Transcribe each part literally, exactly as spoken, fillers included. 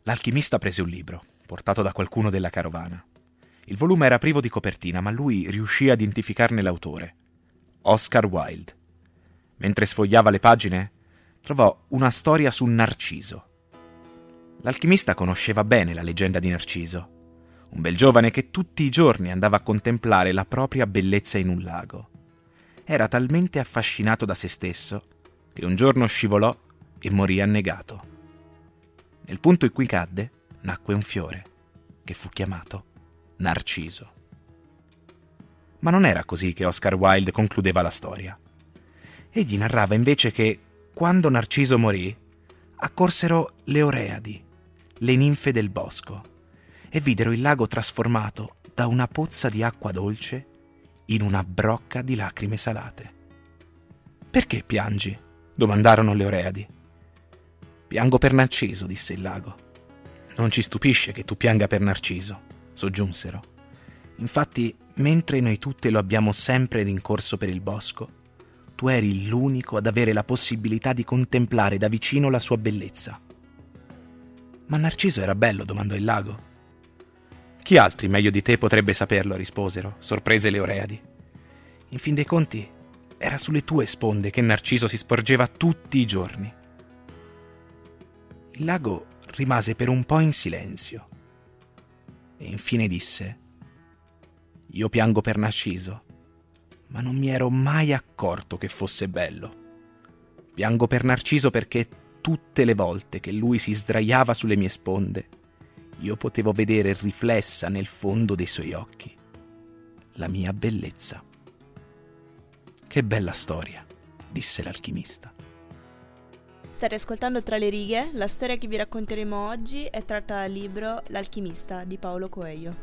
L'alchimista prese un libro, portato da qualcuno della carovana. Il volume era privo di copertina, ma lui riuscì a identificarne l'autore, Oscar Wilde. Mentre sfogliava le pagine, trovò una storia su Narciso. L'alchimista conosceva bene la leggenda di Narciso, un bel giovane che tutti i giorni andava a contemplare la propria bellezza in un lago. Era talmente affascinato da se stesso che un giorno scivolò e morì annegato. Nel punto in cui cadde, nacque un fiore, che fu chiamato Narciso. Ma non era così che Oscar Wilde concludeva la storia. Egli narrava invece che, quando Narciso morì, accorsero le Oreadi, le ninfe del bosco, e videro il lago trasformato da una pozza di acqua dolce in una brocca di lacrime salate. «Perché piangi?» domandarono le Oreadi. «Piango per Narciso», disse il lago. «Non ci stupisce che tu pianga per Narciso», soggiunsero. «Infatti, mentre noi tutte lo abbiamo sempre rincorso per il bosco, tu eri l'unico ad avere la possibilità di contemplare da vicino la sua bellezza». «Ma Narciso era bello?» domandò il lago. «Chi altri meglio di te potrebbe saperlo?» risposero, sorprese le Oreadi. «In fin dei conti, era sulle tue sponde che Narciso si sporgeva tutti i giorni». Il lago rimase per un po' in silenzio e infine disse: «Io piango per Narciso, ma non mi ero mai accorto che fosse bello. Piango per Narciso perché tutte le volte che lui si sdraiava sulle mie sponde, io potevo vedere riflessa nel fondo dei suoi occhi la mia bellezza». «Che bella storia», disse l'alchimista. State ascoltando Tra le righe, la storia che vi racconteremo oggi è tratta dal libro L'alchimista di Paulo Coelho.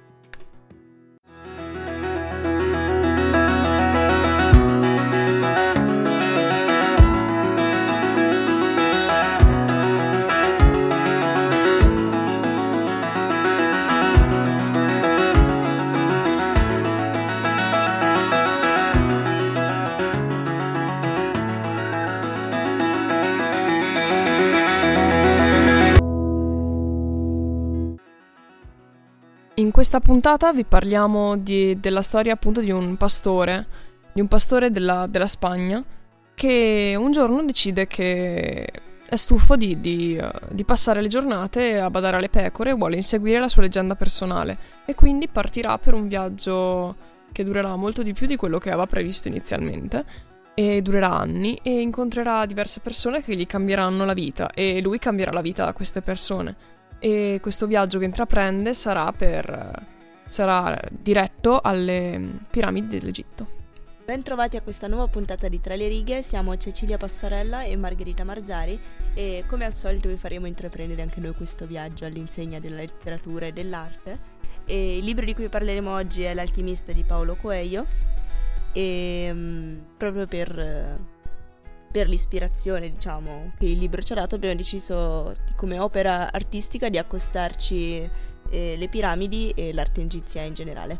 In questa puntata vi parliamo di, della storia appunto di un pastore, di un pastore della, della Spagna, che un giorno decide che è stufo di, di, di passare le giornate a badare alle pecore e vuole inseguire la sua leggenda personale, e quindi partirà per un viaggio che durerà molto di più di quello che aveva previsto inizialmente, e durerà anni, e incontrerà diverse persone che gli cambieranno la vita, e lui cambierà la vita a queste persone. E questo viaggio che intraprende sarà per sarà diretto alle piramidi dell'Egitto. Bentrovati a questa nuova puntata di Tra le righe, siamo Cecilia Passarella e Margherita Marzari e come al solito vi faremo intraprendere anche noi questo viaggio all'insegna della letteratura e dell'arte. E il libro di cui parleremo oggi è L'alchimista di Paulo Coelho e um, proprio per... Per l'ispirazione, diciamo, che il libro ci ha dato, abbiamo deciso come opera artistica di accostarci eh, le piramidi e l'arte egizia in generale.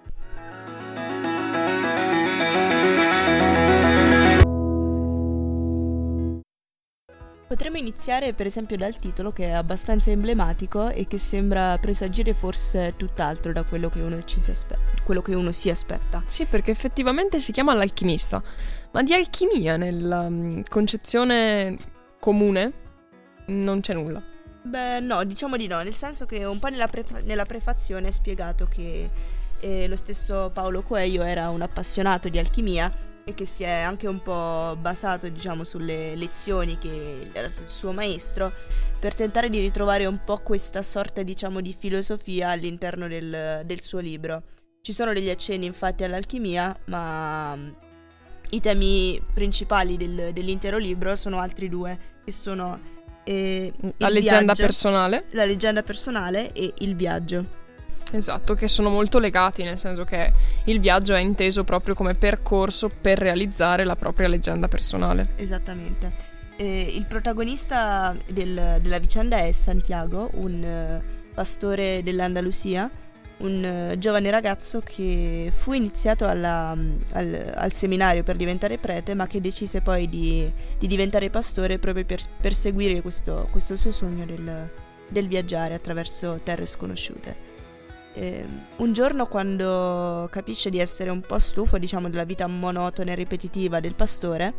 Potremmo iniziare per esempio dal titolo, che è abbastanza emblematico e che sembra presagire forse tutt'altro da quello che uno ci si aspetta, quello che uno si aspetta. Sì, perché effettivamente si chiama L'alchimista, ma di alchimia nella um, concezione comune non c'è nulla. Beh, no, diciamo di no, nel senso che un po' nella, prefa- nella prefazione è spiegato che eh, lo stesso Paulo Coelho era un appassionato di alchimia e che si è anche un po' basato, diciamo, sulle lezioni che gli ha dato il suo maestro per tentare di ritrovare un po' questa sorta, diciamo, di filosofia all'interno del, del suo libro. Ci sono degli accenni infatti all'alchimia, ma i temi principali del, dell'intero libro sono altri due, che sono eh, la leggenda viaggio, personale la leggenda personale e il viaggio. Esatto, che sono molto legati, nel senso che il viaggio è inteso proprio come percorso per realizzare la propria leggenda personale. Esattamente. Eh, il protagonista del, della vicenda è Santiago, un uh, pastore dell'Andalusia, un uh, giovane ragazzo che fu iniziato alla, al, al seminario per diventare prete, ma che decise poi di, di diventare pastore proprio per perseguire questo, questo suo sogno del, del viaggiare attraverso terre sconosciute. Eh, un giorno, quando capisce di essere un po' stufo, diciamo, della vita monotona e ripetitiva del pastore,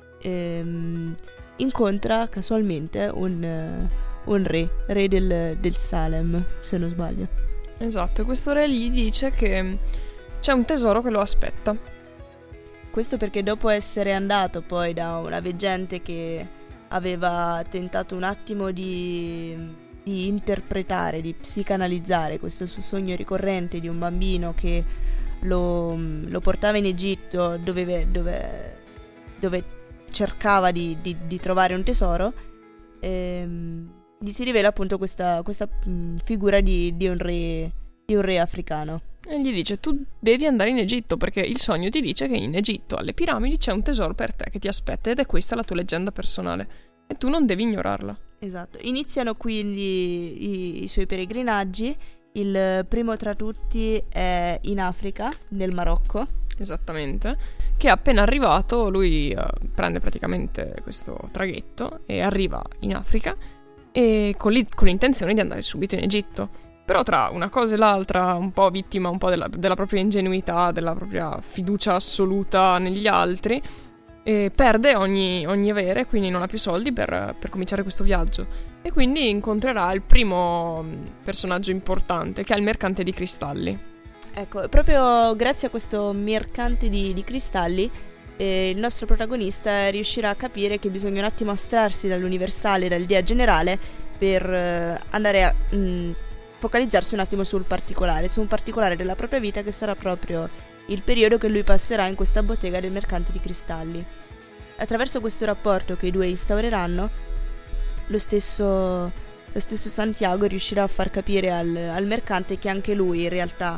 ehm, incontra casualmente un, un re, re del, del Salem, se non sbaglio. Esatto, e questo re gli dice che c'è un tesoro che lo aspetta. Questo perché dopo essere andato poi da una veggente che aveva tentato un attimo di, di interpretare, di psicanalizzare questo suo sogno ricorrente di un bambino che lo, lo portava in Egitto dove, dove, dove cercava di, di, di trovare un tesoro, ehm, gli si rivela appunto questa, questa mh, figura di, di, un re, di un re africano. E gli dice: tu devi andare in Egitto, perché il sogno ti dice che in Egitto, alle piramidi, c'è un tesoro per te che ti aspetta, ed è questa la tua leggenda personale e tu non devi ignorarla. Esatto. Iniziano quindi i, i suoi peregrinaggi. Il primo tra tutti è in Africa, nel Marocco. Esattamente. Che appena arrivato lui uh, prende praticamente questo traghetto e arriva in Africa, e con, li- con l'intenzione di andare subito in Egitto. Però tra una cosa e l'altra, un po' vittima un po' della, della propria ingenuità, della propria fiducia assoluta negli altri, e perde ogni, ogni avere, quindi non ha più soldi per, per cominciare questo viaggio. E quindi incontrerà il primo personaggio importante, che è il mercante di cristalli. Ecco, proprio grazie a questo mercante di, di cristalli, eh, il nostro protagonista riuscirà a capire che bisogna un attimo astrarsi dall'universale, dall'idea generale, per eh, andare a... Mh, focalizzarsi un attimo sul particolare, su un particolare della propria vita, che sarà proprio il periodo che lui passerà in questa bottega del mercante di cristalli. Attraverso questo rapporto che i due instaureranno, lo stesso, lo stesso Santiago riuscirà a far capire al, al mercante che anche lui in realtà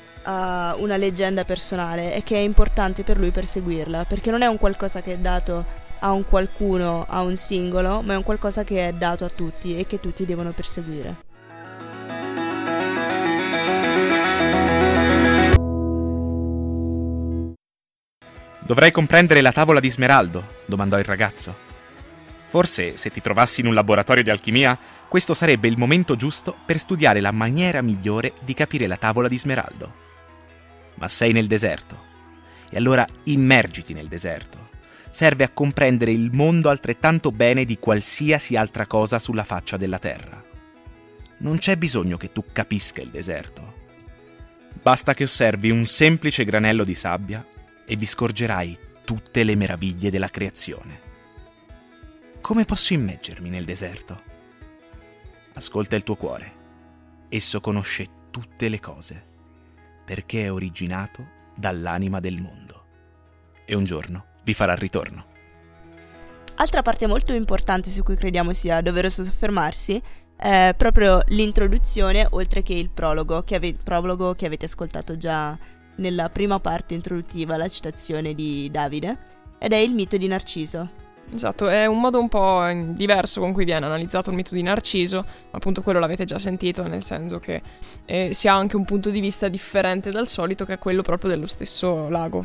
ha una leggenda personale e che è importante per lui perseguirla, perché non è un qualcosa che è dato a un qualcuno, a un singolo, ma è un qualcosa che è dato a tutti e che tutti devono perseguire. Dovrei comprendere la tavola di smeraldo? Domandò il ragazzo. Forse, se ti trovassi in un laboratorio di alchimia, questo sarebbe il momento giusto per studiare la maniera migliore di capire la tavola di smeraldo. Ma sei nel deserto. E allora immergiti nel deserto. Serve a comprendere il mondo altrettanto bene di qualsiasi altra cosa sulla faccia della terra. Non c'è bisogno che tu capisca il deserto. Basta che osservi un semplice granello di sabbia e vi scorgerai tutte le meraviglie della creazione. Come posso immergermi nel deserto? Ascolta il tuo cuore. Esso conosce tutte le cose, perché è originato dall'anima del mondo. E un giorno vi farà ritorno. Altra parte molto importante su cui crediamo sia doveroso soffermarsi è proprio l'introduzione, oltre che il prologo che, ave- prologo che avete ascoltato già nella prima parte introduttiva, la citazione di Davide, ed è il mito di Narciso. Esatto, è un modo un po' diverso con cui viene analizzato il mito di Narciso, ma appunto quello l'avete già sentito, nel senso che eh, si ha anche un punto di vista differente dal solito, che è quello proprio dello stesso lago.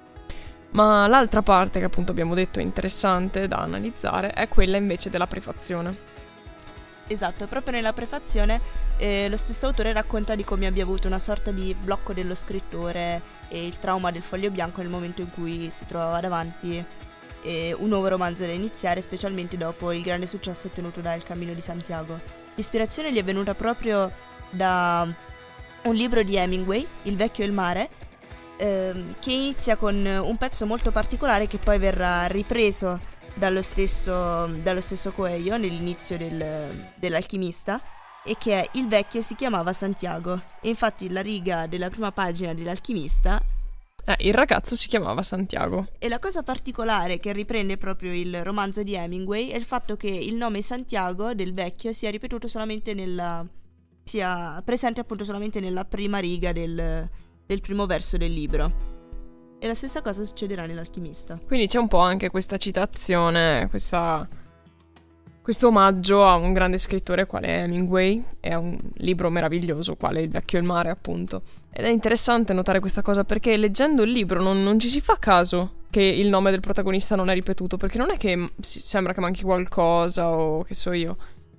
Ma l'altra parte che appunto abbiamo detto è interessante da analizzare è quella invece della prefazione. Esatto, proprio nella prefazione eh, lo stesso autore racconta di come abbia avuto una sorta di blocco dello scrittore e il trauma del foglio bianco nel momento in cui si trovava davanti eh, un nuovo romanzo da iniziare, specialmente dopo il grande successo ottenuto da Il Cammino di Santiago. L'ispirazione gli è venuta proprio da un libro di Hemingway, Il vecchio e il mare, ehm, che inizia con un pezzo molto particolare che poi verrà ripreso dallo stesso, dallo stesso Coelho nell'inizio del, dell'Alchimista, e che è Il vecchio si chiamava Santiago. E infatti la riga della prima pagina dell'Alchimista Eh, il ragazzo si chiamava Santiago. E la cosa particolare che riprende proprio il romanzo di Hemingway è il fatto che il nome Santiago del vecchio sia ripetuto solamente nella sia presente appunto solamente nella prima riga del, del primo verso del libro. E la stessa cosa succederà nell'Alchimista. Quindi c'è un po' anche questa citazione, questa, questo omaggio a un grande scrittore quale Hemingway e a un libro meraviglioso quale Il vecchio e il mare, appunto. Ed è interessante notare questa cosa, perché leggendo il libro non, non ci si fa caso che il nome del protagonista non è ripetuto, perché non è che si, sembra che manchi qualcosa o che so io.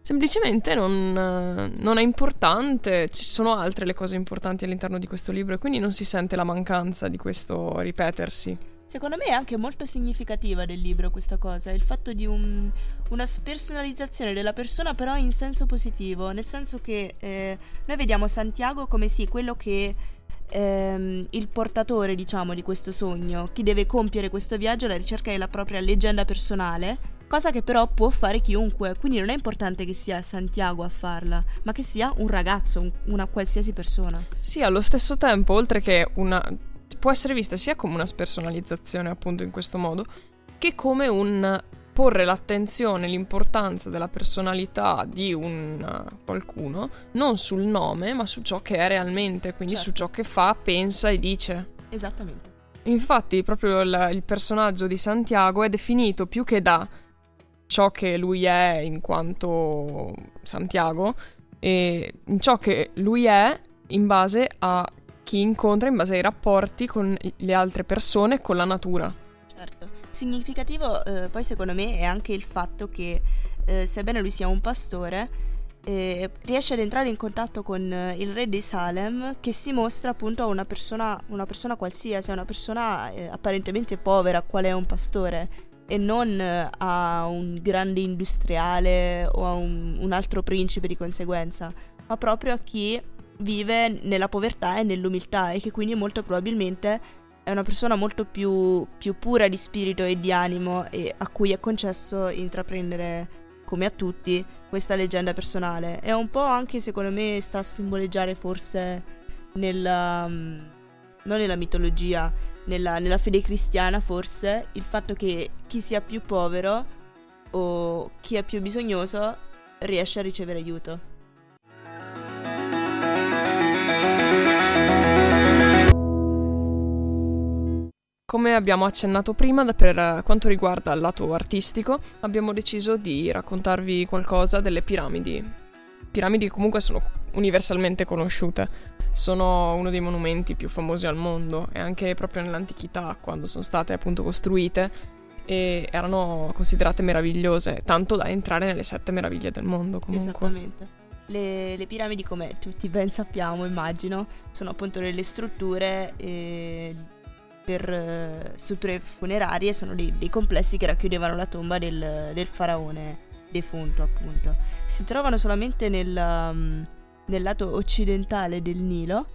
semplicemente non, non è importante, ci sono altre le cose importanti all'interno di questo libro e quindi non si sente la mancanza di questo ripetersi. Secondo me è anche molto significativa del libro questa cosa, il fatto di un, una spersonalizzazione della persona però in senso positivo, nel senso che eh, noi vediamo Santiago come sì, quello che ehm, il portatore, diciamo, di questo sogno, chi deve compiere questo viaggio alla ricerca della propria leggenda personale, cosa che però può fare chiunque, quindi non è importante che sia Santiago a farla, ma che sia un ragazzo, un, una qualsiasi persona. Sì, allo stesso tempo, oltre che una... può essere vista sia come una spersonalizzazione appunto in questo modo, che come un porre l'attenzione, l'importanza della personalità di un uh, qualcuno, non sul nome, ma su ciò che è realmente, quindi certo. su ciò che fa, pensa e dice. Esattamente. Infatti proprio il, il personaggio di Santiago è definito più che da ciò che lui è in quanto Santiago, e in ciò che lui è in base a chi incontra, in base ai rapporti con le altre persone, con la natura. Certo. Significativo eh, poi secondo me è anche il fatto che eh, sebbene lui sia un pastore, eh, riesce ad entrare in contatto con eh, il re di Salem, che si mostra appunto una persona, una persona qualsiasi, una persona eh, apparentemente povera, quale è un pastore, e non eh, a un grande industriale o a un, un altro principe di conseguenza, ma proprio a chi vive nella povertà e nell'umiltà e che quindi molto probabilmente è una persona molto più, più pura di spirito e di animo e a cui è concesso intraprendere, come a tutti, questa leggenda personale. È un po' anche, secondo me, sta a simboleggiare forse nella, non nella mitologia, nella, nella fede cristiana forse, il fatto che chi sia più povero o chi è più bisognoso riesce a ricevere aiuto. Come abbiamo accennato prima, per quanto riguarda il lato artistico, abbiamo deciso di raccontarvi qualcosa delle piramidi. Piramidi comunque sono universalmente conosciute, sono uno dei monumenti più famosi al mondo e anche proprio nell'antichità, quando sono state appunto costruite, e erano considerate meravigliose, tanto da entrare nelle sette meraviglie del mondo comunque. Esattamente. Le, le piramidi, come tutti ben sappiamo, immagino, sono appunto delle strutture eh, per eh, strutture funerarie, sono dei, dei complessi che racchiudevano la tomba del, del faraone defunto, appunto. Si trovano solamente nel, um, nel lato occidentale del Nilo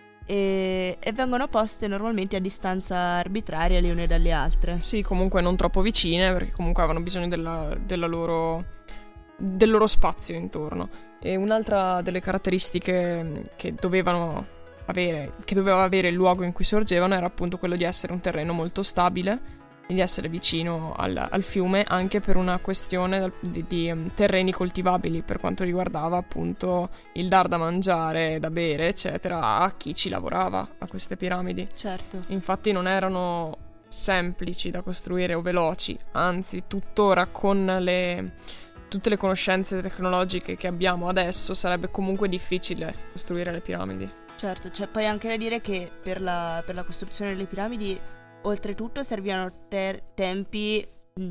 e, e vengono poste normalmente a distanza arbitraria le une dalle altre. Sì, comunque non troppo vicine, perché comunque avevano bisogno della, della loro, del loro spazio intorno. E un'altra delle caratteristiche che dovevano avere, che doveva avere il luogo in cui sorgevano era appunto quello di essere un terreno molto stabile e di essere vicino al, al fiume, anche per una questione di, di um, terreni coltivabili, per quanto riguardava appunto il dar da mangiare, da bere, eccetera, a chi ci lavorava a queste piramidi. Certo. Infatti non erano semplici da costruire o veloci, anzi tuttora con le tutte le conoscenze tecnologiche che abbiamo adesso sarebbe comunque difficile costruire le piramidi. Certo, c'è poi anche da dire che per la, per la costruzione delle piramidi oltretutto servivano ter- tempi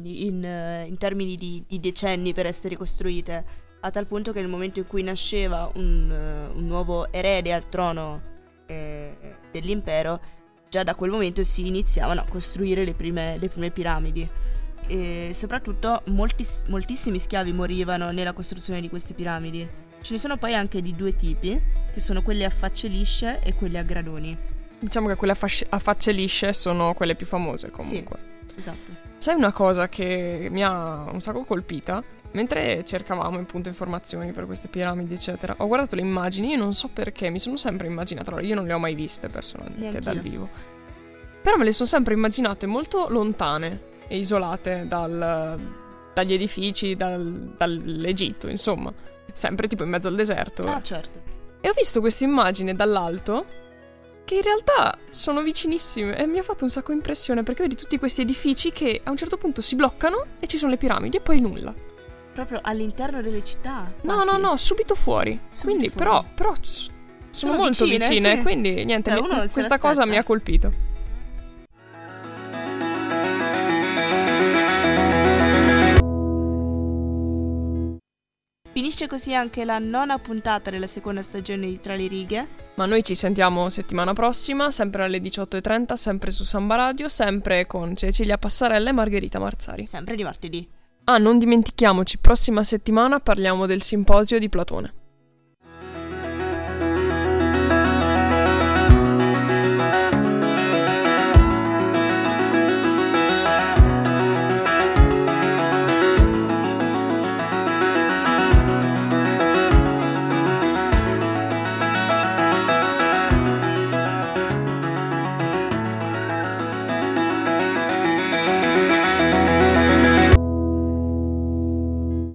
in, in termini di, di decenni per essere costruite, a tal punto che nel momento in cui nasceva un, un nuovo erede al trono eh, dell'impero, già da quel momento si iniziavano a costruire le prime, le prime piramidi. E soprattutto molti, moltissimi schiavi morivano nella costruzione di queste piramidi. Ce ne sono poi anche di due tipi, che sono quelle a facce lisce e quelle a gradoni. Diciamo che quelle a, fasce, a facce lisce sono quelle più famose comunque. Sì, esatto. Sai una cosa che mi ha un sacco colpita? Mentre cercavamo appunto informazioni per queste piramidi eccetera, ho guardato le immagini, io non so perché, mi sono sempre immaginata, allora io non le ho mai viste personalmente Neanch'io. dal vivo, però me le sono sempre immaginate molto lontane e isolate dal, dagli edifici, dal, dall'Egitto, insomma, sempre tipo in mezzo al deserto. Ah, certo. E ho visto questa immagine dall'alto che in realtà sono vicinissime e mi ha fatto un sacco impressione, perché vedi tutti questi edifici che a un certo punto si bloccano e ci sono le piramidi e poi nulla. Proprio all'interno delle città? No, no, no, subito fuori. Subito quindi fuori. però, però sono, Sono molto vicine, vicine, sì. quindi niente, Beh, mi- uno non se questa cosa l'aspetta. mi ha colpito. Finisce così anche la nona puntata della seconda stagione di Tra le righe. Ma noi ci sentiamo settimana prossima, sempre alle diciotto e trenta, sempre su Samba Radio, sempre con Cecilia Passarella e Margherita Marzari. Sempre di martedì. Ah, non dimentichiamoci, prossima settimana parliamo del simposio di Platone.